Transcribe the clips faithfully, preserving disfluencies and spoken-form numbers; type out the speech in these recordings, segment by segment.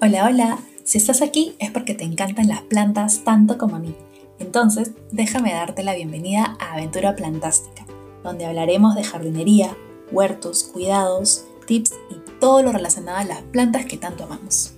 Hola, hola. Si estás aquí es porque te encantan las plantas tanto como a mí. Entonces, déjame darte la bienvenida a Aventura Plantástica, donde hablaremos de jardinería, huertos, cuidados, tips y todo lo relacionado a las plantas que tanto amamos.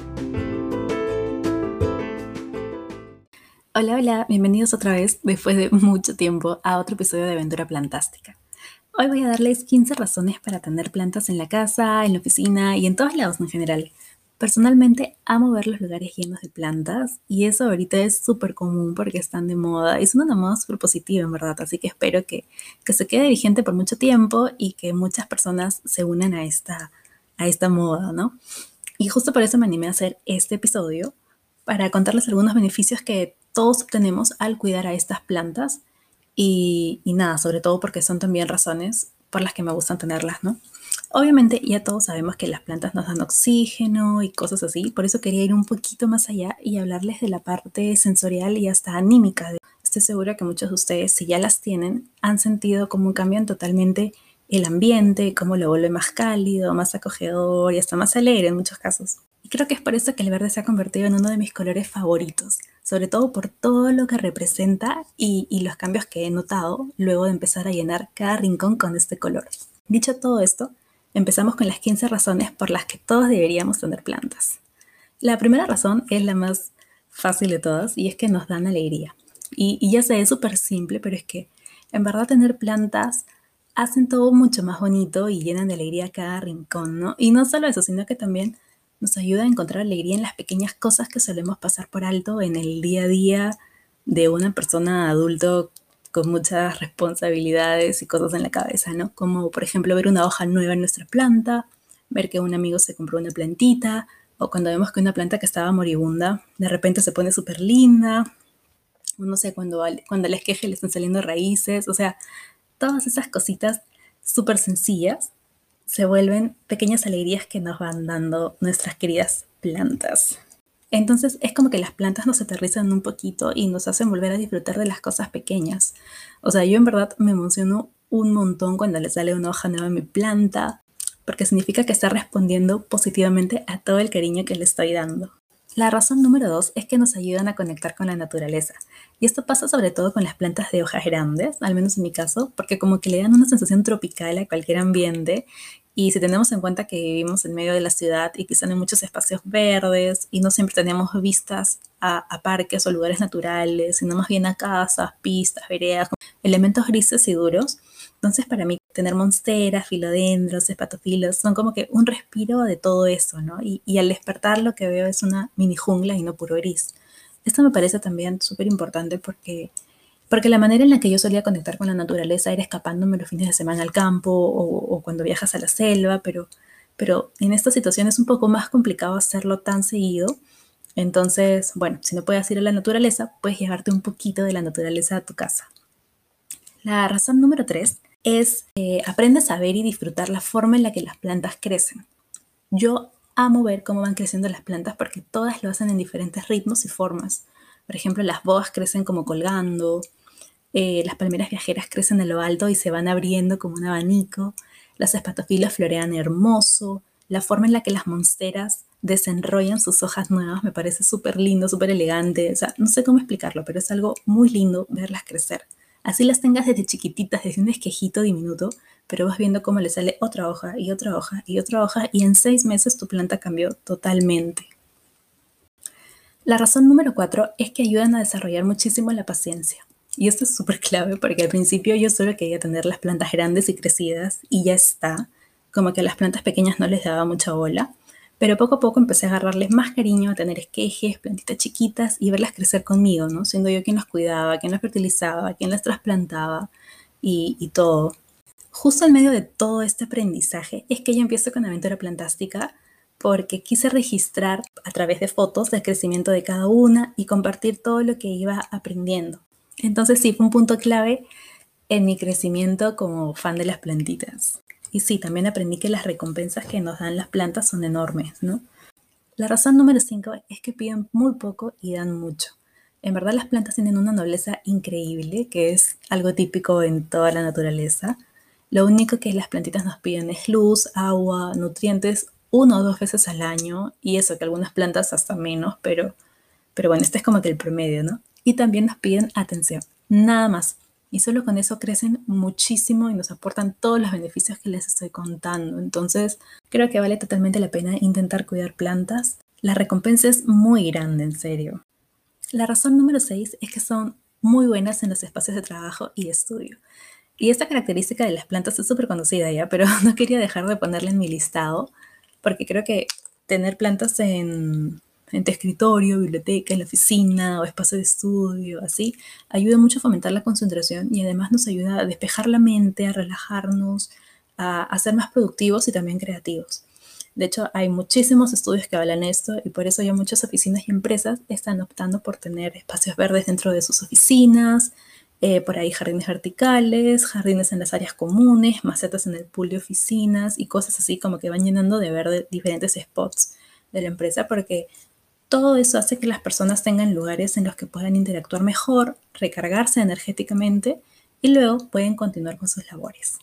Hola, hola. Bienvenidos otra vez, después de mucho tiempo, a otro episodio de Aventura Plantástica. Hoy voy a darles quince razones para tener plantas en la casa, en la oficina y en todos lados en general. Personalmente amo ver los lugares llenos de plantas y eso ahorita es súper común porque están de moda y son una moda súper positiva en verdad, así que espero que, que se quede vigente por mucho tiempo y que muchas personas se unan a esta, a esta moda, ¿no? Y justo por eso me animé a hacer este episodio para contarles algunos beneficios que todos obtenemos al cuidar a estas plantas y, y nada, sobre todo porque son también razones por las que me gustan tenerlas, ¿no? Obviamente ya todos sabemos que las plantas nos dan oxígeno y cosas así, por eso quería ir un poquito más allá y hablarles de la parte sensorial y hasta anímica. Estoy segura que muchos de ustedes, si ya las tienen, han sentido como cambian totalmente el ambiente, cómo lo vuelve más cálido, más acogedor y hasta más alegre en muchos casos. Y creo que es por eso que el verde se ha convertido en uno de mis colores favoritos, sobre todo por todo lo que representa y, y los cambios que he notado luego de empezar a llenar cada rincón con este color. Dicho todo esto, empezamos con las quince razones por las que todos deberíamos tener plantas. La primera razón es la más fácil de todas y es que nos dan alegría. Y, y ya sé, es súper simple, pero es que en verdad tener plantas hacen todo mucho más bonito y llenan de alegría cada rincón, ¿no? Y no solo eso, sino que también nos ayuda a encontrar alegría en las pequeñas cosas que solemos pasar por alto en el día a día de una persona adulto con muchas responsabilidades y cosas en la cabeza, ¿no? Como por ejemplo ver una hoja nueva en nuestra planta, ver que un amigo se compró una plantita, o cuando vemos que una planta que estaba moribunda de repente se pone súper linda, no sé, cuando, cuando al esqueje le están saliendo raíces, o sea, todas esas cositas súper sencillas se vuelven pequeñas alegrías que nos van dando nuestras queridas plantas. Entonces es como que las plantas nos aterrizan un poquito y nos hacen volver a disfrutar de las cosas pequeñas. O sea, yo en verdad me emociono un montón cuando le sale una hoja nueva a mi planta, porque significa que está respondiendo positivamente a todo el cariño que le estoy dando. La razón número dos es que nos ayudan a conectar con la naturaleza. Y esto pasa sobre todo con las plantas de hojas grandes, al menos en mi caso, porque como que le dan una sensación tropical a cualquier ambiente. Y si tenemos en cuenta que vivimos en medio de la ciudad y quizá en muchos espacios verdes y no siempre tenemos vistas a, a parques o lugares naturales, sino más bien a casas, pistas, veredas, elementos grises y duros, entonces para mí tener monsteras, filodendros, espatofilos, son como que un respiro de todo eso, ¿no? Y, y al despertar lo que veo es una mini jungla y no puro gris. Esto me parece también súper importante porque, porque la manera en la que yo solía conectar con la naturaleza era escapándome los fines de semana al campo o, o cuando viajas a la selva, pero, pero en esta situación es un poco más complicado hacerlo tan seguido. Entonces, bueno, si no puedes ir a la naturaleza, puedes llevarte un poquito de la naturaleza a tu casa. La razón número tres es eh, aprendes a ver y disfrutar la forma en la que las plantas crecen. Yo amo ver cómo van creciendo las plantas porque todas lo hacen en diferentes ritmos y formas. Por ejemplo, las boas crecen como colgando, eh, las palmeras viajeras crecen en lo alto y se van abriendo como un abanico, las espatofilas florean hermoso, la forma en la que las monsteras desenrollan sus hojas nuevas me parece súper lindo, súper elegante, o sea, no sé cómo explicarlo, pero es algo muy lindo verlas crecer. Así las tengas desde chiquititas, desde un esquejito diminuto, pero vas viendo cómo le sale otra hoja y otra hoja y otra hoja y en seis meses tu planta cambió totalmente. La razón número cuatro es que ayudan a desarrollar muchísimo la paciencia. Y esto es súper clave porque al principio yo solo quería tener las plantas grandes y crecidas y ya está. Como que a las plantas pequeñas no les daba mucha bola. Pero poco a poco empecé a agarrarles más cariño, a tener esquejes, plantitas chiquitas y verlas crecer conmigo, ¿no? Siendo yo quien las cuidaba, quien las fertilizaba, quien las trasplantaba y, y todo. Justo en medio de todo este aprendizaje es que yo empiezo con Aventura Plantástica porque quise registrar a través de fotos el crecimiento de cada una y compartir todo lo que iba aprendiendo. Entonces sí, fue un punto clave en mi crecimiento como fan de las plantitas. Y sí, también aprendí que las recompensas que nos dan las plantas son enormes, ¿no? La razón número cinco es que piden muy poco y dan mucho. En verdad las plantas tienen una nobleza increíble, que es algo típico en toda la naturaleza. Lo único que las plantitas nos piden es luz, agua, nutrientes una o dos veces al año, y eso que algunas plantas hasta menos, pero, pero bueno, este es como que el promedio, ¿no? Y también nos piden atención, nada más. Y solo con eso crecen muchísimo y nos aportan todos los beneficios que les estoy contando. Entonces, creo que vale totalmente la pena intentar cuidar plantas. La recompensa es muy grande, en serio. La razón número seis es que son muy buenas en los espacios de trabajo y de estudio. Y esta característica de las plantas es súper conocida ya, pero no quería dejar de ponerla en mi listado, porque creo que tener plantas en, en tu escritorio, biblioteca, en la oficina o espacio de estudio, así, ayuda mucho a fomentar la concentración y además nos ayuda a despejar la mente, a relajarnos, a, a ser más productivos y también creativos. De hecho, hay muchísimos estudios que hablan esto y por eso ya muchas oficinas y empresas están optando por tener espacios verdes dentro de sus oficinas, eh, por ahí jardines verticales, jardines en las áreas comunes, macetas en el pool de oficinas y cosas así como que van llenando de verde diferentes spots de la empresa porque todo eso hace que las personas tengan lugares en los que puedan interactuar mejor, recargarse energéticamente y luego pueden continuar con sus labores.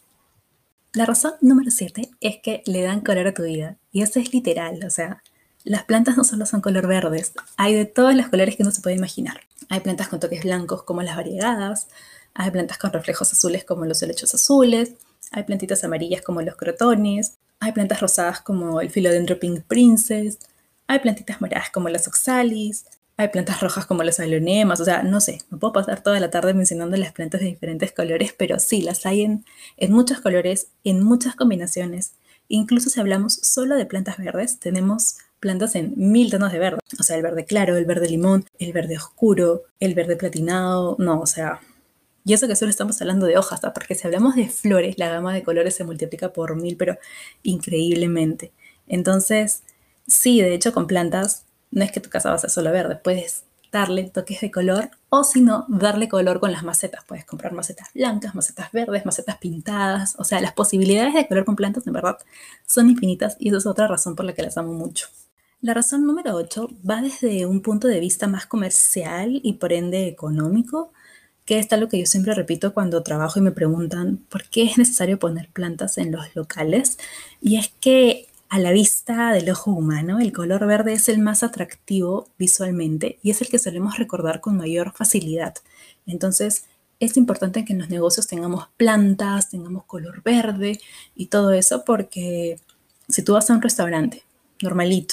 La razón número siete es que le dan color a tu vida. Y eso es literal, o sea, las plantas no solo son color verdes, hay de todos los colores que uno se puede imaginar. Hay plantas con toques blancos como las variegadas, hay plantas con reflejos azules como los helechos azules, hay plantitas amarillas como los crotones, hay plantas rosadas como el Philodendron Pink Princess, hay plantitas moradas como las oxalis, hay plantas rojas como los aglonemas, o sea, no sé, me puedo pasar toda la tarde mencionando las plantas de diferentes colores, pero sí, las hay en, en muchos colores, en muchas combinaciones. Incluso si hablamos solo de plantas verdes, tenemos plantas en mil tonos de verde. O sea, el verde claro, el verde limón, el verde oscuro, el verde platinado, no, o sea... Y eso que solo estamos hablando de hojas, ¿no? Porque si hablamos de flores, la gama de colores se multiplica por mil, pero increíblemente. Entonces, sí, de hecho con plantas no es que tu casa va a ser solo verde, puedes darle toques de color o si no, darle color con las macetas. Puedes comprar macetas blancas, macetas verdes, macetas pintadas. O sea, las posibilidades de color con plantas en verdad son infinitas y eso es otra razón por la que las amo mucho. La razón número ocho va desde un punto de vista más comercial y por ende económico, que es algo que yo siempre repito cuando trabajo y me preguntan por qué es necesario poner plantas en los locales. Y es que a la vista del ojo humano, el color verde es el más atractivo visualmente y es el que solemos recordar con mayor facilidad. Entonces, es importante que en los negocios tengamos plantas, tengamos color verde y todo eso porque si tú vas a un restaurante normalito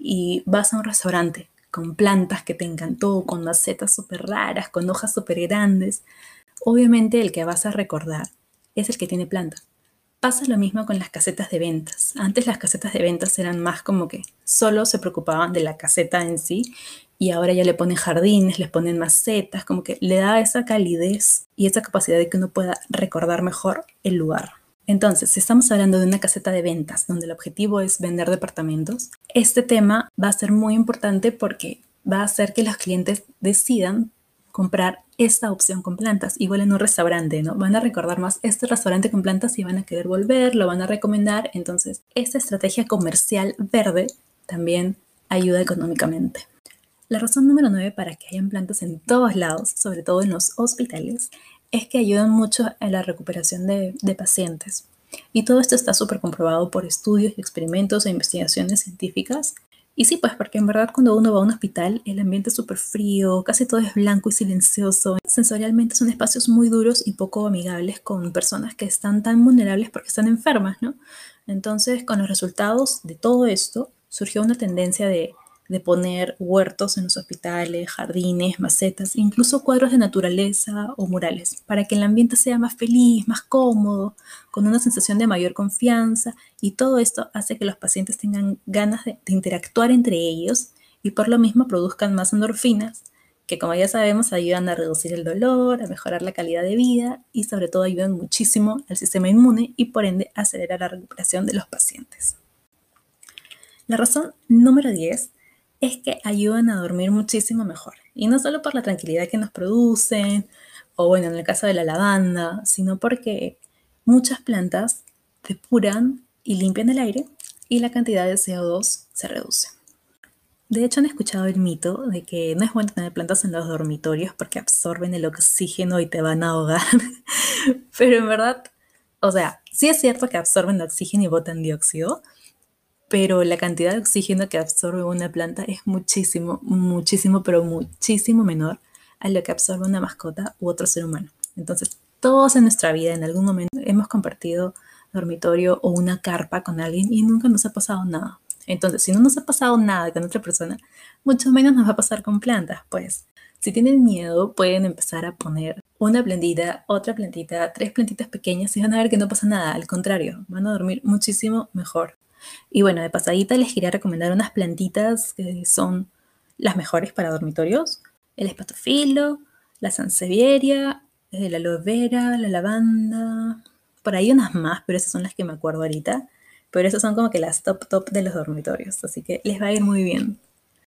y vas a un restaurante con plantas que te encantó, con macetas súper raras, con hojas súper grandes, obviamente el que vas a recordar es el que tiene planta. Pasa lo mismo con las casetas de ventas. Antes las casetas de ventas eran más como que solo se preocupaban de la caseta en sí y ahora ya le ponen jardines, les ponen macetas, como que le da esa calidez y esa capacidad de que uno pueda recordar mejor el lugar. Entonces, si estamos hablando de una caseta de ventas donde el objetivo es vender departamentos, este tema va a ser muy importante porque va a hacer que los clientes decidan comprar esta opción con plantas, igual en un restaurante, ¿no? Van a recordar más este restaurante con plantas y van a querer volver, lo van a recomendar. Entonces, esta estrategia comercial verde también ayuda económicamente. La razón número nueve para que hayan plantas en todos lados, sobre todo en los hospitales, es que ayudan mucho a la recuperación de, de pacientes. Y todo esto está súper comprobado por estudios y experimentos e investigaciones científicas. Y sí, pues porque en verdad cuando uno va a un hospital el ambiente es súper frío, casi todo es blanco y silencioso. Sensorialmente son espacios muy duros y poco amigables con personas que están tan vulnerables porque están enfermas, ¿no? Entonces, con los resultados de todo esto, surgió una tendencia de de poner huertos en los hospitales, jardines, macetas, incluso cuadros de naturaleza o murales, para que el ambiente sea más feliz, más cómodo, con una sensación de mayor confianza, y todo esto hace que los pacientes tengan ganas de, de interactuar entre ellos y por lo mismo produzcan más endorfinas, que como ya sabemos ayudan a reducir el dolor, a mejorar la calidad de vida y sobre todo ayudan muchísimo al sistema inmune y por ende acelerar la recuperación de los pacientes. La razón número diez es que ayudan a dormir muchísimo mejor. Y no solo por la tranquilidad que nos producen, o bueno, en el caso de la lavanda, sino porque muchas plantas depuran y limpian el aire y la cantidad de C O dos se reduce. De hecho, han escuchado el mito de que no es bueno tener plantas en los dormitorios porque absorben el oxígeno y te van a ahogar. Pero en verdad, o sea, sí es cierto que absorben el oxígeno y botan dióxido, pero la cantidad de oxígeno que absorbe una planta es muchísimo, muchísimo, pero muchísimo menor a lo que absorbe una mascota u otro ser humano. Entonces, todos en nuestra vida en algún momento hemos compartido dormitorio o una carpa con alguien y nunca nos ha pasado nada. Entonces, si no nos ha pasado nada con otra persona, mucho menos nos va a pasar con plantas, pues. Si tienen miedo, pueden empezar a poner una plantita, otra plantita, tres plantitas pequeñas y van a ver que no pasa nada. Al contrario, van a dormir muchísimo mejor. Y bueno, de pasadita les quería recomendar unas plantitas que son las mejores para dormitorios. El espatofilo, la sansevieria, eh, la aloe vera, la lavanda. Por ahí unas más, pero esas son las que me acuerdo ahorita. Pero esas son como que las top top de los dormitorios. Así que les va a ir muy bien.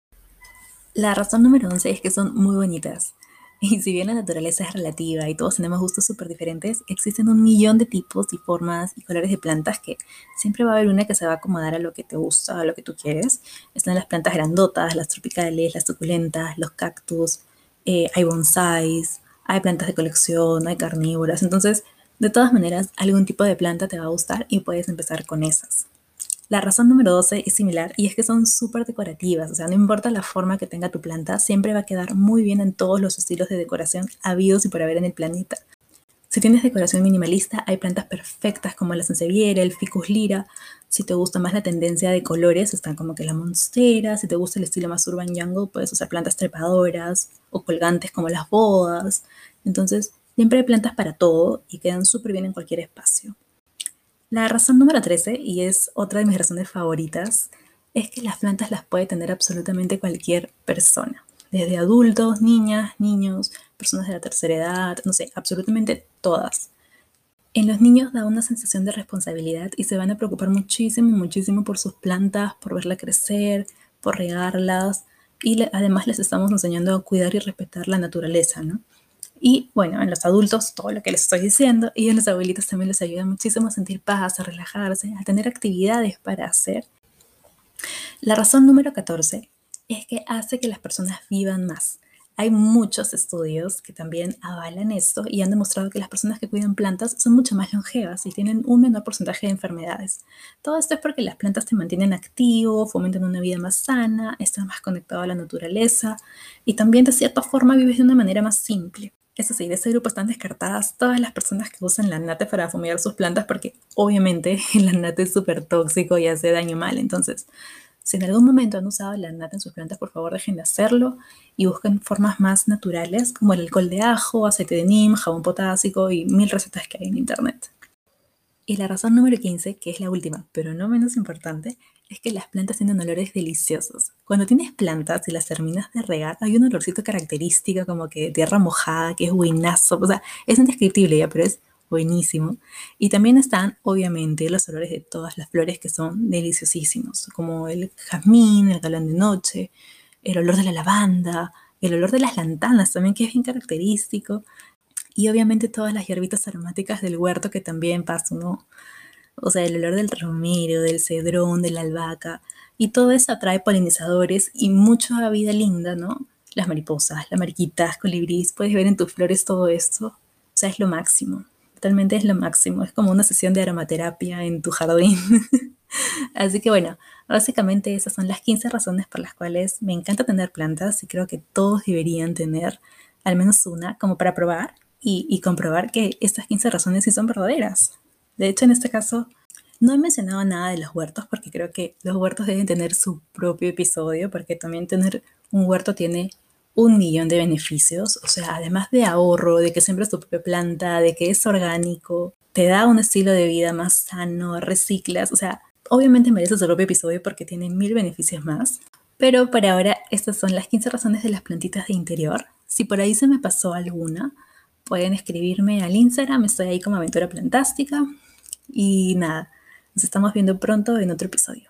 La razón número once es que son muy bonitas. Y si bien la naturaleza es relativa y todos tenemos gustos súper diferentes, existen un millón de tipos y formas y colores de plantas que siempre va a haber una que se va a acomodar a lo que te gusta, a lo que tú quieres. Están las plantas grandotas, las tropicales, las suculentas, los cactus, eh, hay bonsáis, hay plantas de colección, hay carnívoras. Entonces, de todas maneras, algún tipo de planta te va a gustar y puedes empezar con esas. La razón número doce es similar y es que son súper decorativas, o sea, no importa la forma que tenga tu planta, siempre va a quedar muy bien en todos los estilos de decoración habidos y por haber en el planeta. Si tienes decoración minimalista, hay plantas perfectas como la sansevieria, el ficus lira. Si te gusta más la tendencia de colores, están como que la monstera. Si te gusta el estilo más urban jungle, puedes usar plantas trepadoras o colgantes como las bodas. Entonces, siempre hay plantas para todo y quedan súper bien en cualquier espacio. La razón número trece, y es otra de mis razones favoritas, es que las plantas las puede tener absolutamente cualquier persona. Desde adultos, niñas, niños, personas de la tercera edad, no sé, absolutamente todas. En los niños da una sensación de responsabilidad y se van a preocupar muchísimo, muchísimo por sus plantas, por verlas crecer, por regarlas y le, además les estamos enseñando a cuidar y respetar la naturaleza, ¿no? Y bueno, en los adultos, todo lo que les estoy diciendo, y en los abuelitos también les ayuda muchísimo a sentir paz, a relajarse, a tener actividades para hacer. La razón número catorce es que hace que las personas vivan más. Hay muchos estudios que también avalan esto y han demostrado que las personas que cuidan plantas son mucho más longevas y tienen un menor porcentaje de enfermedades. Todo esto es porque las plantas te mantienen activo, fomentan una vida más sana, estás más conectado a la naturaleza y también de cierta forma vives de una manera más simple. Eso sí, de ese grupo están descartadas todas las personas que usan la nata para fumigar sus plantas porque obviamente la nata es súper tóxico y hace daño mal. Entonces, si en algún momento han usado la nata en sus plantas, por favor dejen de hacerlo y busquen formas más naturales como el alcohol de ajo, aceite de neem, jabón potásico y mil recetas que hay en internet. Y la razón número quince, que es la última, pero no menos importante, es que las plantas tienen olores deliciosos. Cuando tienes plantas y las terminas de regar, hay un olorcito característico como que de tierra mojada, que es buenazo. O sea, es indescriptible ya, pero es buenísimo. Y también están, obviamente, los olores de todas las flores que son deliciosísimos, como el jazmín, el galán de noche, el olor de la lavanda, el olor de las lantanas también, que es bien característico. Y obviamente todas las hierbitas aromáticas del huerto que también pasan, ¿no? O sea, el olor del romero, del cedrón, de la albahaca. Y todo eso atrae polinizadores y mucha vida linda, ¿no? Las mariposas, las mariquitas, colibrís, puedes ver en tus flores todo esto. O sea, es lo máximo. Totalmente es lo máximo. Es como una sesión de aromaterapia en tu jardín. Así que bueno, básicamente esas son las quince razones por las cuales me encanta tener plantas y creo que todos deberían tener al menos una como para probar y, y comprobar que estas quince razones sí son verdaderas. De hecho, en este caso, no he mencionado nada de los huertos porque creo que los huertos deben tener su propio episodio porque también tener un huerto tiene un millón de beneficios. O sea, además de ahorro, de que siembras tu propia planta, de que es orgánico, te da un estilo de vida más sano, reciclas. O sea, obviamente merece su propio episodio porque tiene mil beneficios más. Pero por ahora, estas son las quince razones de las plantitas de interior. Si por ahí se me pasó alguna, pueden escribirme al Instagram, estoy ahí como Aventura Plantástica. Y nada, nos estamos viendo pronto en otro episodio.